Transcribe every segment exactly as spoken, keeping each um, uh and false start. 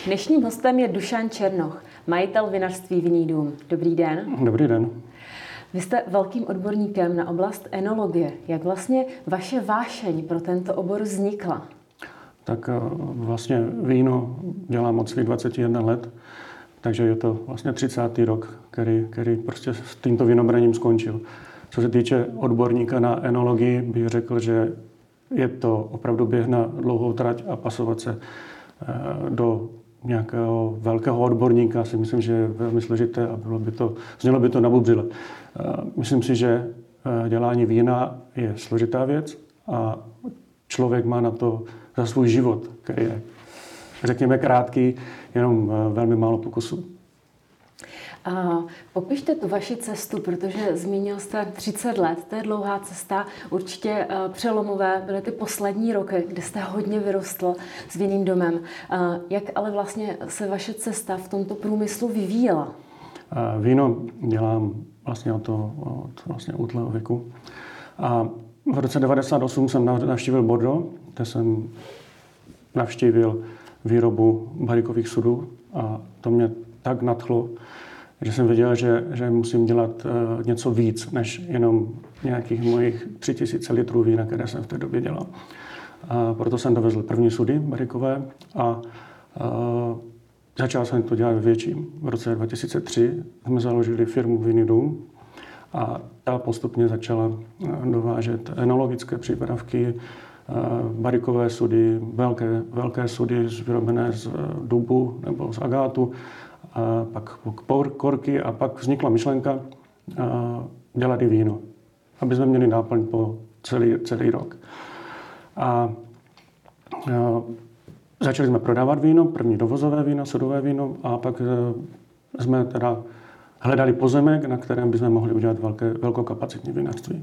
Dnešním hostem je Dušan Černoch, majitel vinařství Vinný dům. Dobrý den. Dobrý den. Vy jste velkým odborníkem na oblast enologie. Jak vlastně vaše vášeň pro tento obor vznikla? Tak vlastně víno dělám od svých dvacet jedna let, takže je to vlastně třicátý rok, který, který prostě s tímto vinobraním skončil. Co se týče odborníka na enologii, bych řekl, že je to opravdu běh na dlouhou trať a pasovat se do nějakého velkého odborníka si myslím, že je velmi složité a bylo by to, znělo by to nabubřile. Myslím si, že dělání vína je složitá věc a člověk má na to za svůj život, který je, řekněme, krátký, jenom velmi málo pokusů. A popište tu vaši cestu, protože zmínil jste třicet let, to je dlouhá cesta, určitě přelomové byly ty poslední roky, kdy jste hodně vyrostl s vinným domem. Jak ale vlastně se vaše cesta v tomto průmyslu vyvíjela? Víno dělám vlastně od, toho, od vlastně útlého věku. A v roce devadesát osm jsem navštívil Bordeaux, kde jsem navštívil výrobu barrikových sudů a to mě tak nadchlo, že jsem věděl, že, že musím dělat uh, něco víc, než jenom nějakých mojich tři tisíce litrů vína, které jsem v té době dělal. A proto jsem dovezl první sudy barrikové a uh, začal jsem to dělat větším. V roce dva tisíce tři jsme založili firmu Vinný dům a ta postupně začala dovážet enologické přípravky, barrikové sudy, velké, velké sudy vyrobené z dubu nebo z agátu, a pak korky a pak vznikla myšlenka dělat i víno, aby jsme měli náplň po celý, celý rok. A, a začali jsme prodávat víno, první dovozové víno, sudové víno a pak jsme teda hledali pozemek, na kterém bychom mohli udělat velké, velkokapacitní vinařství.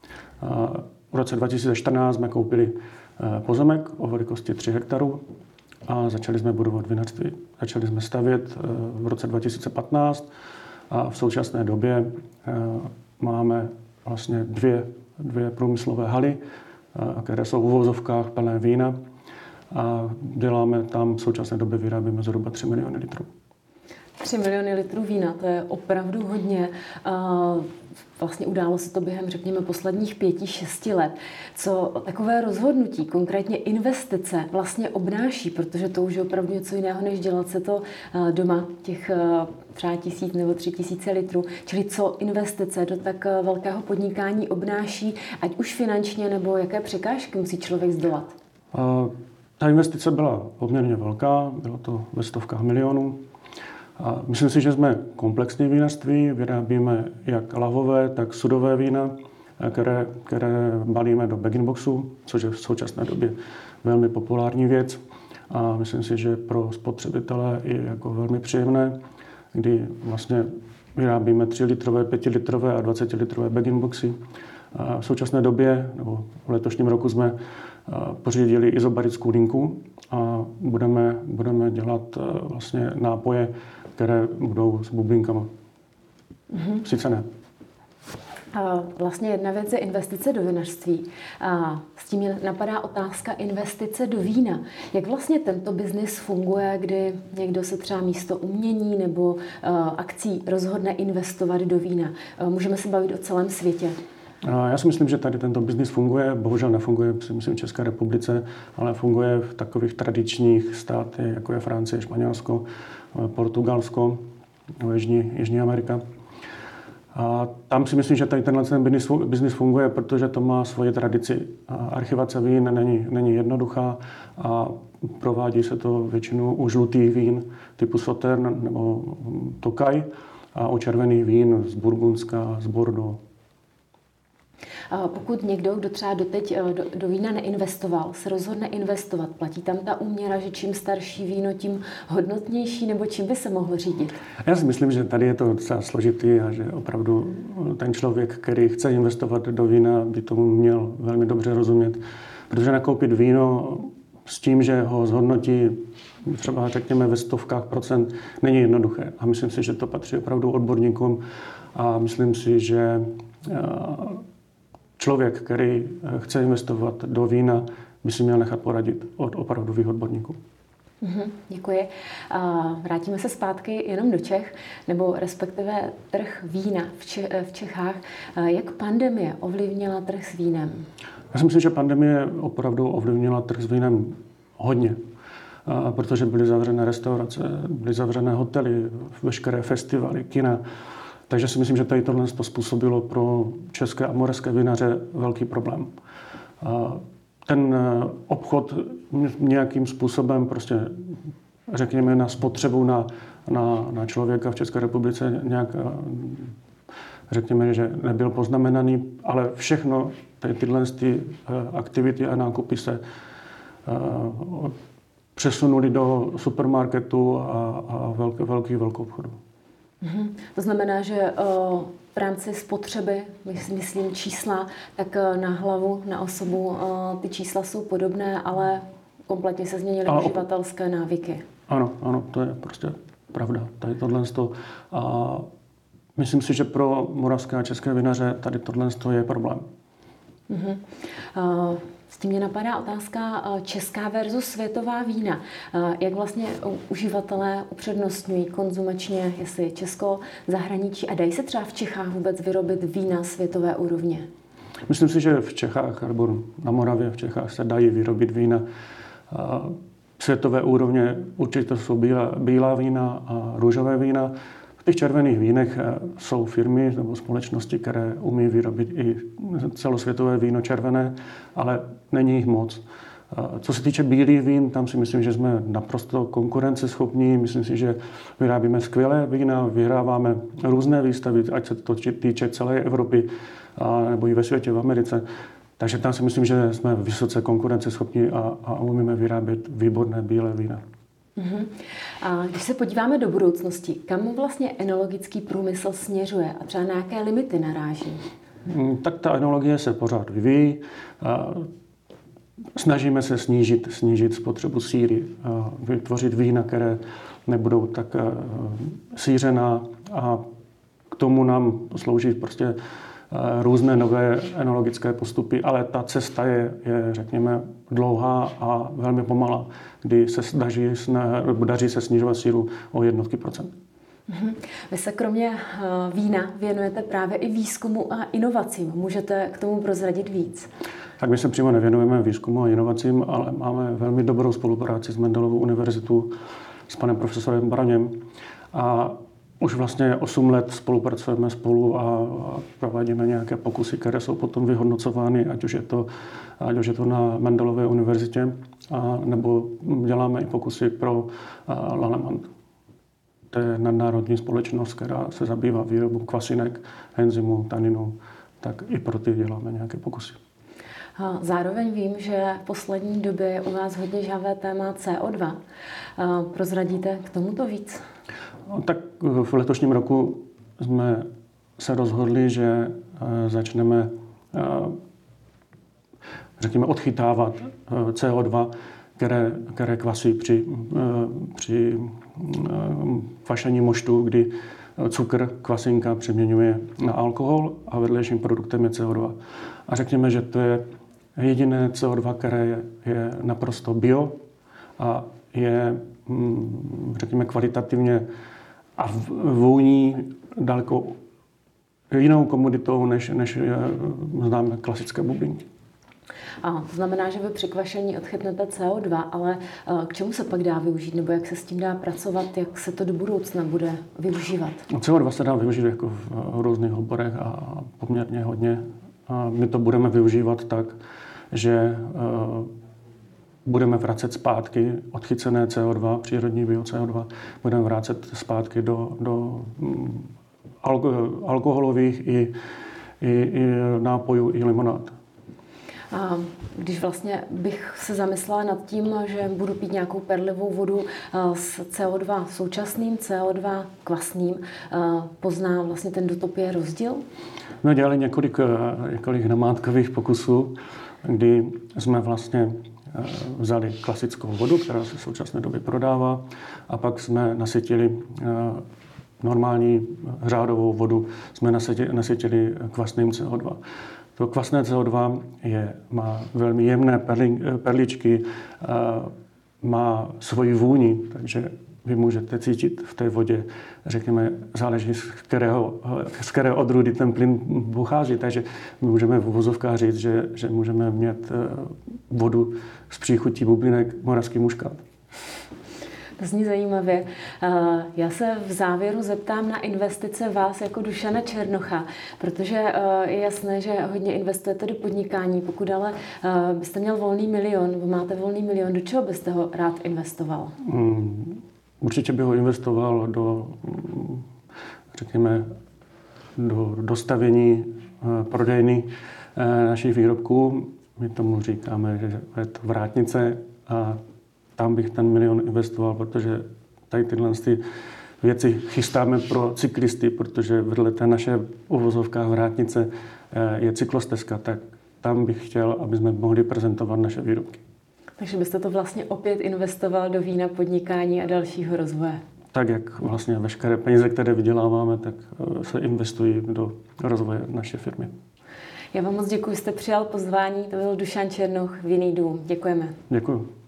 V roce dva tisíce čtrnáct jsme koupili pozemek o velikosti tři hektarů a začali jsme budovat vinařství. Začali jsme stavět v roce dva tisíce patnáct a v současné době máme vlastně dvě, dvě průmyslové haly, které jsou v uvozovkách plné vína a děláme tam v současné době vyrábíme zhruba tři miliony litrů. tři miliony litrů vína, to je opravdu hodně. Vlastně událo se to během, řekněme, posledních pěti, šesti let. Co takové rozhodnutí, konkrétně investice vlastně obnáší, protože to už je opravdu něco jiného, než dělat se to doma, těch třeba tisíc nebo tři tisíce litrů. Čili co investice do tak velkého podnikání obnáší, ať už finančně, nebo jaké překážky musí člověk zdolat? Ta investice byla poměrně velká, bylo to ve stovkách milionů. A myslím si, že jsme komplexní vinařství, vyrábíme jak lahvové, tak sudové vína, které, které balíme do bag-in-boxu, což je v současné době velmi populární věc. A myslím si, že pro spotřebitele je jako velmi příjemné, kdy vlastně vyrábíme tři litrové, pět litrové a dvacet litrové bag-in-boxy. A v současné době, nebo v letošním roku jsme pořídili izobarickou linku a budeme, budeme dělat vlastně nápoje, které budou s bublinkama. Mm-hmm. Sice ne. Vlastně jedna věc je investice do vinařství. A s tím napadá otázka investice do vína. Jak vlastně tento biznis funguje, kdy někdo se třeba místo umění nebo akcí rozhodne investovat do vína? Můžeme se bavit o celém světě. Já si myslím, že tady tento biznis funguje. Bohužel nefunguje, si myslím, v České republice, ale funguje v takových tradičních státech, jako je Francie, Španělsko, Portugalsko, Jižní, Jižní Amerika. A tam si myslím, že tady tenhle ten biznis funguje, protože to má svoji tradici. Archivace vín není, není jednoduchá a provádí se to většinou u žlutých vín typu Sautern nebo Tokaj a u červených vín z Burgundska, z Bordeaux. Pokud někdo, kdo třeba doteď do, do vína neinvestoval, se rozhodne investovat, platí tam ta úměra, že čím starší víno, tím hodnotnější, nebo čím by se mohl řídit? Já si myslím, že tady je to docela složitý a že opravdu ten člověk, který chce investovat do vína, by tomu měl velmi dobře rozumět. Protože nakoupit víno s tím, že ho zhodnotí třeba řekněme ve stovkách procent, není jednoduché. A myslím si, že to patří opravdu odborníkům a myslím si, že člověk, který chce investovat do vína, by si měl nechat poradit od opravdových odborníků. Mm-hmm, děkuji. Vrátíme se zpátky jenom do Čech, nebo respektive trh vína v, Če- v Čechách. Jak pandemie ovlivnila trh s vínem? Já si myslím, že pandemie opravdu ovlivnila trh s vínem hodně. Protože byly zavřené restaurace, byly zavřené hotely, veškeré festivaly, kina. Takže si myslím, že tady tohle způsobilo pro české a moravské vinaře velký problém. Ten obchod nějakým způsobem prostě, řekněme, na spotřebu na, na, na člověka v České republice nějak, řekněme, že nebyl poznamenaný, ale všechno ty, tyhle ty aktivity a nákupy se přesunuli do supermarketu a, a velké, velký velkoobchodu. Mm-hmm. To znamená, že uh, v rámci spotřeby, myslím čísla, tak uh, na hlavu, na osobu uh, ty čísla jsou podobné, ale kompletně se změnily ale uživatelské návyky. Ano, ano, to je prostě pravda. Tady tohle sto, a myslím si, že pro moravské a české vinaře tady tohle sto je problém. Mm-hmm. Uh, S tím mě napadá otázka česká versus světová vína. Jak vlastně uživatelé upřednostňují konzumačně, jestli Česko, zahraničí a dají se třeba v Čechách vůbec vyrobit vína světové úrovně? Myslím si, že v Čechách, nebo na Moravě v Čechách se dají vyrobit vína světové úrovně. Určitě jsou bílá, bílá vína a růžové vína. V těch červených vínech jsou firmy nebo společnosti, které umí vyrobit i celosvětové víno červené, ale není jich moc. Co se týče bílých vín, tam si myslím, že jsme naprosto konkurenceschopní. Myslím si, že vyrábíme skvělé vína, vyhráváme různé výstavy, ať se to týče celé Evropy nebo i ve světě, v Americe. Takže tam si myslím, že jsme vysoce konkurenceschopní a, a umíme vyrábět výborné bílé vína. Uhum. A když se podíváme do budoucnosti, kam vlastně enologický průmysl směřuje a třeba na jaké limity naráží? Tak ta enologie se pořád vyvíjí. Snažíme se snížit, snížit spotřebu síry, vytvořit vína, které nebudou tak sířená, a k tomu nám slouží prostě různé nové enologické postupy, ale ta cesta je, je řekněme, dlouhá a velmi pomalá, kdy se daří, daří se snižovat síru o jednotky procent. Vy se kromě vína věnujete právě i výzkumu a inovacím. Můžete k tomu prozradit víc? Tak my se přímo nevěnujeme výzkumu a inovacím, ale máme velmi dobrou spolupráci s Mendelovou univerzitou, s panem profesorem Braněm. A už vlastně osm let spolupracujeme spolu a provádíme nějaké pokusy, které jsou potom vyhodnocovány, ať už je to, ať už je to na Mendelové univerzitě, a nebo děláme i pokusy pro Lallemand. To je nadnárodní společnost, která se zabývá výrobou kvasinek, enzymů, taninů, tak i pro ty děláme nějaké pokusy. Zároveň vím, že v poslední době je u vás hodně žhavé téma C O dva. Prozradíte k tomuto víc? No, tak v letošním roku jsme se rozhodli, že začneme, řekněme, odchytávat C O dva, které, které kvasí při, při kvašení moštu, kdy cukr, kvasinka přeměňuje na alkohol a vedlejším produktem je C O dva. A řekněme, že to je jediné C O dva, které je, je naprosto bio a je, řekněme, kvalitativně a vůní daleko jinou komoditou, než, než známe klasické bublinky. A to znamená, že vy při kvašení odchytnete C O dva, ale k čemu se pak dá využít, nebo jak se s tím dá pracovat, jak se to do budoucna bude využívat? C O dva se dá využít jako v různých oborech a poměrně hodně. A my to budeme využívat tak, že budeme vracet zpátky odchycené C O dva, přírodní bio C O dva, budeme vracet zpátky do, do alkoholových i, i, i nápojů, i limonád. A když vlastně bych se zamyslela nad tím, že budu pít nějakou perlivou vodu s C O dva současným, C O dva kvasným, pozná vlastně ten dotop je rozdíl? No, dělali několik, několik namátkových pokusů, kdy jsme vlastně vzali klasickou vodu, která se v současné době prodává, a pak jsme nasytili normální řádovou vodu, jsme nasytili, nasytili kvasným C O dva. To kvasné C O dva je, má velmi jemné perli, perličky, má svoji vůni, takže vy můžete cítit v té vodě, řekněme, záleží z kterého, z kterého odrůdy ten plyn pochází. Takže my můžeme v uvozovkách říct, že, že můžeme mít vodu s příchutí bublinek moravský muškát. To zní zajímavě. Já se v závěru zeptám na investice vás jako Dušana Černocha, protože je jasné, že hodně investujete do podnikání. Pokud ale byste měl volný milion, vy máte volný milion, do čeho byste ho rád investoval? Hmm, určitě bych ho investoval do, řekněme, do dostavění prodejny našich výrobků. My tomu říkáme, že je to vrátnice a tam bych ten milion investoval, protože tady tyhle ty věci chystáme pro cyklisty, protože vedle té naše uvozovka vrátnice je cyklostezka, tak tam bych chtěl, aby jsme mohli prezentovat naše výrobky. Takže byste to vlastně opět investoval do vína, podnikání a dalšího rozvoje? Tak, jak vlastně veškeré peníze, které vyděláváme, tak se investují do rozvoje naší firmy. Já vám moc děkuji, že jste přijal pozvání. To byl Dušan Černoch, Vinný dům. Děkujeme. Děkuji.